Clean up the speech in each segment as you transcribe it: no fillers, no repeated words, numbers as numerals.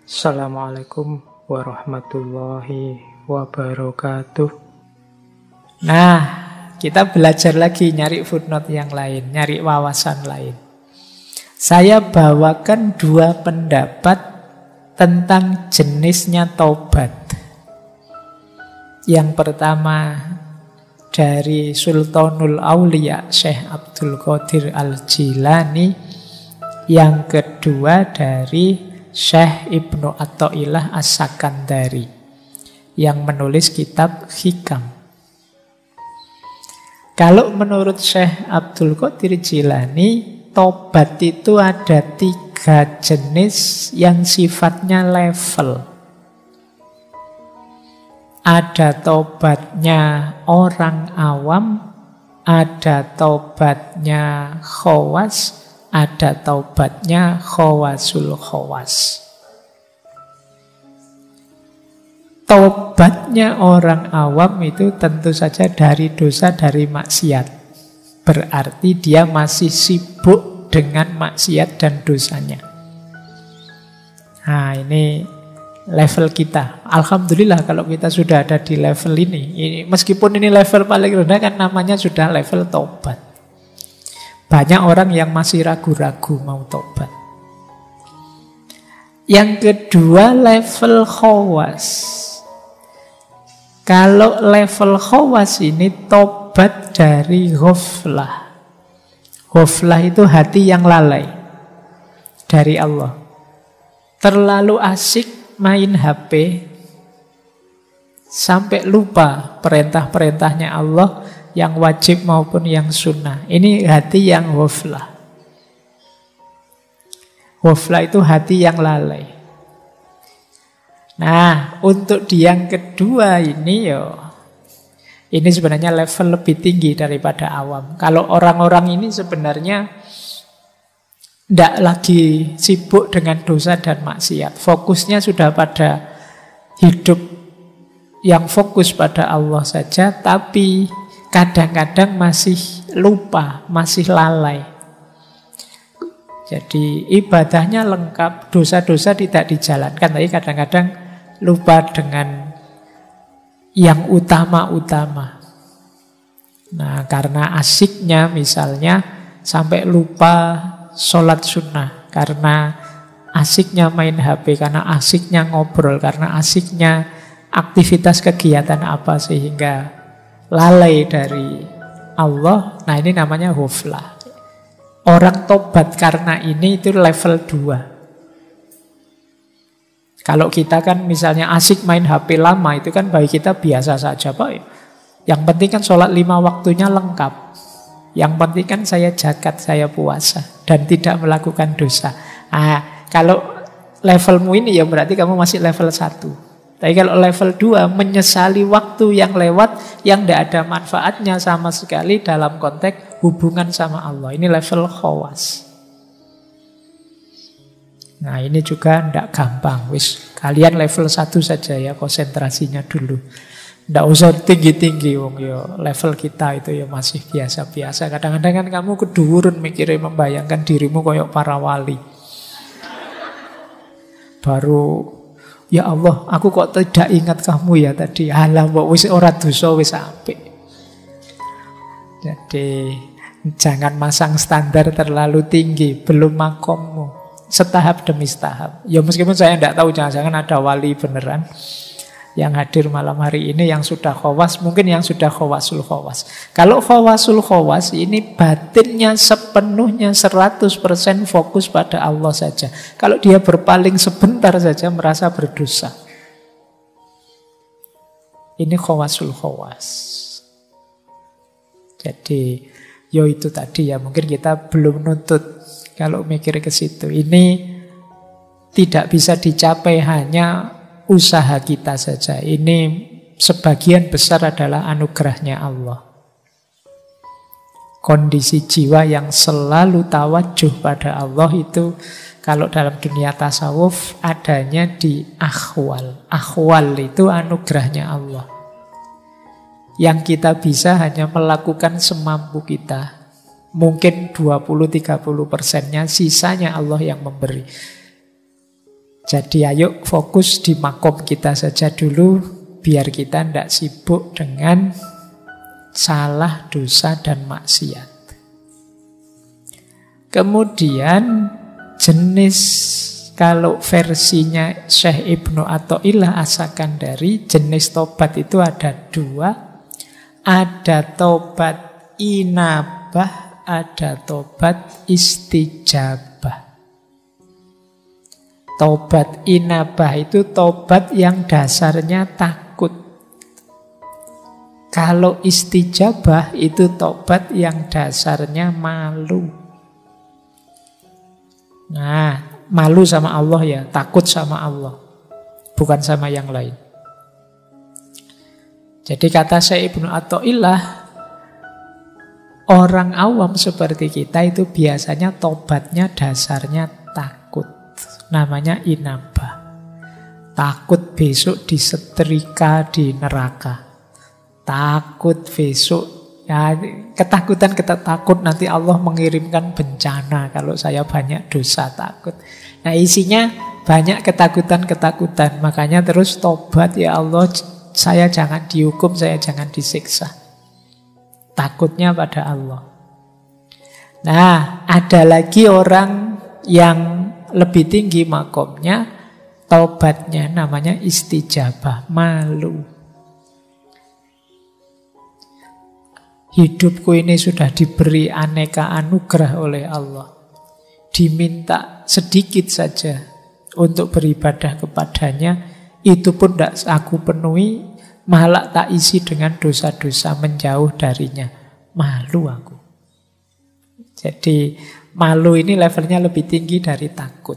Assalamualaikum warahmatullahi wabarakatuh. Nah, kita belajar lagi nyari footnote yang lain, nyari wawasan lain. Saya bawakan dua pendapat tentang jenisnya taubat. Yang pertama dari Sultanul Aulia Syekh Abdul Qadir Al-Jilani. Yang kedua dari Syekh Ibnu Athaillah As-Sakandari yang menulis kitab Hikam. Kalau menurut Syekh Abdul Qadir Jilani, tobat itu ada 3 jenis yang sifatnya level. Ada tobatnya orang awam, ada tobatnya khawas, ada taubatnya khawasul khawas. Taubatnya orang awam itu tentu saja dari dosa, dari maksiat. Berarti dia masih sibuk dengan maksiat dan dosanya. Nah, ini level kita. Alhamdulillah kalau kita sudah ada di level ini. Meskipun ini level paling rendah kan namanya sudah level taubat. Banyak orang yang masih ragu-ragu mau tobat. Yang kedua level khawas. Kalau level khawas ini tobat dari ghaflah. Ghaflah itu hati yang lalai dari Allah. Terlalu asik main HP sampai lupa perintah-perintahnya Allah, yang wajib maupun yang sunnah. Ini hati yang ghaflah. Ghaflah itu hati yang lalai. Nah, untuk di yang kedua ini ini sebenarnya level lebih tinggi daripada awam. Kalau orang-orang ini sebenarnya tidak lagi sibuk dengan dosa dan maksiat. Fokusnya sudah pada hidup yang fokus pada Allah saja, tapi kadang-kadang masih lupa, masih lalai. Jadi ibadahnya lengkap, dosa-dosa tidak dijalankan, tapi kadang-kadang lupa dengan yang utama-utama. Nah, karena asiknya misalnya sampai lupa sholat sunnah, karena asiknya main HP, karena asiknya ngobrol, karena asiknya aktivitas kegiatan apa, sehingga lalai dari Allah. Nah, ini namanya ghaflah. Orang tobat karena ini itu level 2. Kalau kita kan misalnya asik main HP lama, itu kan bagi kita biasa saja, Pak. Yang penting kan sholat 5 waktunya lengkap. Yang penting kan saya zakat, saya puasa, dan tidak melakukan dosa. Nah, kalau levelmu ini ya berarti kamu masih level 1. Tapi kalau level 2, menyesali waktu yang lewat, yang tidak ada manfaatnya sama sekali dalam konteks hubungan sama Allah. Ini level khawas. Nah, ini juga tidak gampang. Kalian level 1 saja ya, konsentrasinya dulu. Tidak usah tinggi-tinggi, level kita itu ya masih biasa-biasa. Kadang-kadang kan kamu kedurun mikirnya, membayangkan dirimu kayak para wali. Baru, ya Allah, aku kok tidak ingat kamu ya tadi. Alah, wis ora dosa wis apik. Jadi jangan masang standar terlalu tinggi, belum makommu. Setahap demi setahap. Ya meskipun saya tidak tahu, jangan-jangan ada wali beneran yang hadir malam hari ini yang sudah khawas, mungkin yang sudah khawasul khawas. Kalau khawasul khawas ini batinnya sepenuhnya 100% fokus pada Allah saja. Kalau dia berpaling sebentar saja merasa berdosa. Ini khawasul khawas. Jadi itu tadi ya, mungkin kita belum nuntut kalau mikir ke situ. Ini tidak bisa dicapai hanya usaha kita saja. Ini sebagian besar adalah anugerahnya Allah. Kondisi jiwa yang selalu tawajuh pada Allah itu kalau dalam dunia tasawuf adanya di akhwal. Akhwal itu anugerahnya Allah. Yang kita bisa hanya melakukan semampu kita. Mungkin 20-30%-nya, sisanya Allah yang memberi. Jadi ayo fokus di makom kita saja dulu, biar kita tidak sibuk dengan salah, dosa, dan maksiat. Kemudian jenis, kalau versinya Syekh Ibnu Athaillah As-Sakandari, jenis tobat itu ada dua. Ada tobat inabah, ada tobat istijabah. Tobat inabah itu tobat yang dasarnya takut. Kalau istijabah itu tobat yang dasarnya malu. Nah, malu sama Allah ya, takut sama Allah, bukan sama yang lain. Jadi kata Syekh Ibnu Athaillah, orang awam seperti kita itu biasanya tobatnya dasarnya takut. Namanya inabah. Takut besok disetrika di neraka. Takut besok, ya ketakutan kita takut nanti Allah mengirimkan bencana kalau saya banyak dosa, takut. Nah isinya banyak ketakutan-ketakutan. Makanya terus tobat, ya Allah saya jangan dihukum, saya jangan disiksa. Takutnya pada Allah. Nah ada lagi orang yang lebih tinggi makomnya, tobatnya namanya istijabah, malu. Hidupku ini sudah diberi aneka anugerah oleh Allah. Diminta sedikit saja untuk beribadah kepadanya, itu pun tidak aku penuhi, malah tak isi dengan dosa-dosa, menjauh darinya. Malu aku. Jadi malu ini levelnya lebih tinggi dari takut.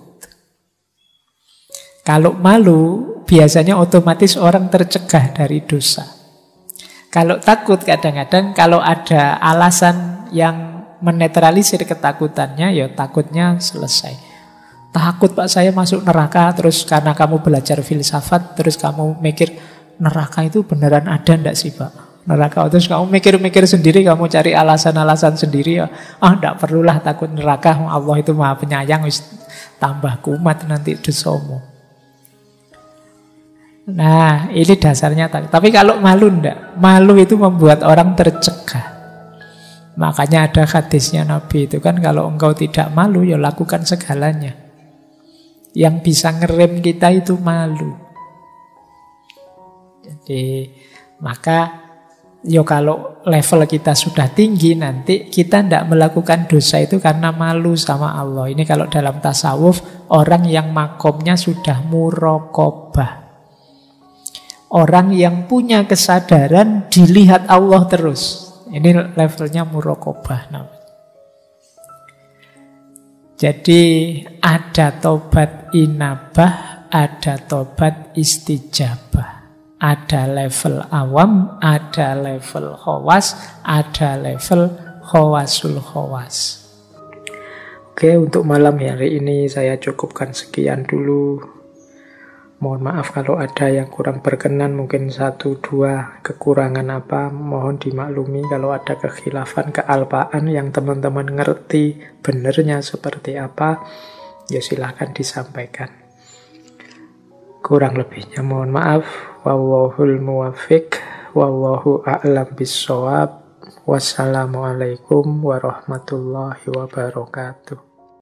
Kalau malu, biasanya otomatis orang tercegah dari dosa. Kalau takut kadang-kadang kalau ada alasan yang menetralisir ketakutannya, ya takutnya selesai. Takut Pak saya masuk neraka, terus karena kamu belajar filsafat, terus kamu mikir neraka itu beneran ada enggak sih Pak? Neraka, terus kamu mikir-mikir sendiri, kamu cari alasan-alasan sendiri, ya enggak perlulah takut neraka, Allah itu maha penyayang, wis tambah kumat nanti dosamu. Nah ini dasarnya takut. Tapi kalau malu enggak, malu itu membuat orang tercegah. Makanya ada hadisnya Nabi itu kan, kalau engkau tidak malu ya lakukan segalanya. Yang bisa ngerem kita itu malu. Jadi maka yo kalau level kita sudah tinggi, nanti kita tidak melakukan dosa itu karena malu sama Allah. Ini kalau dalam tasawuf, orang yang makomnya sudah muraqabah. Orang yang punya kesadaran dilihat Allah terus. Ini levelnya muraqabah namanya. Jadi ada tobat inabah, ada tobat istijabah. Ada level awam, ada level khawas, ada level khawasul khawas. Oke, untuk malam hari ini saya cukupkan sekian dulu. Mohon maaf kalau ada yang kurang berkenan, mungkin 1-2 kekurangan apa, mohon dimaklumi. Kalau ada kekhilafan, kealpaan yang teman-teman ngerti benernya seperti apa, ya silahkan disampaikan. Kurang lebihnya mohon maaf. Wallahul muwaffiq, wallahu a'lam bissawab. Wassalamualaikum warahmatullahi wabarakatuh.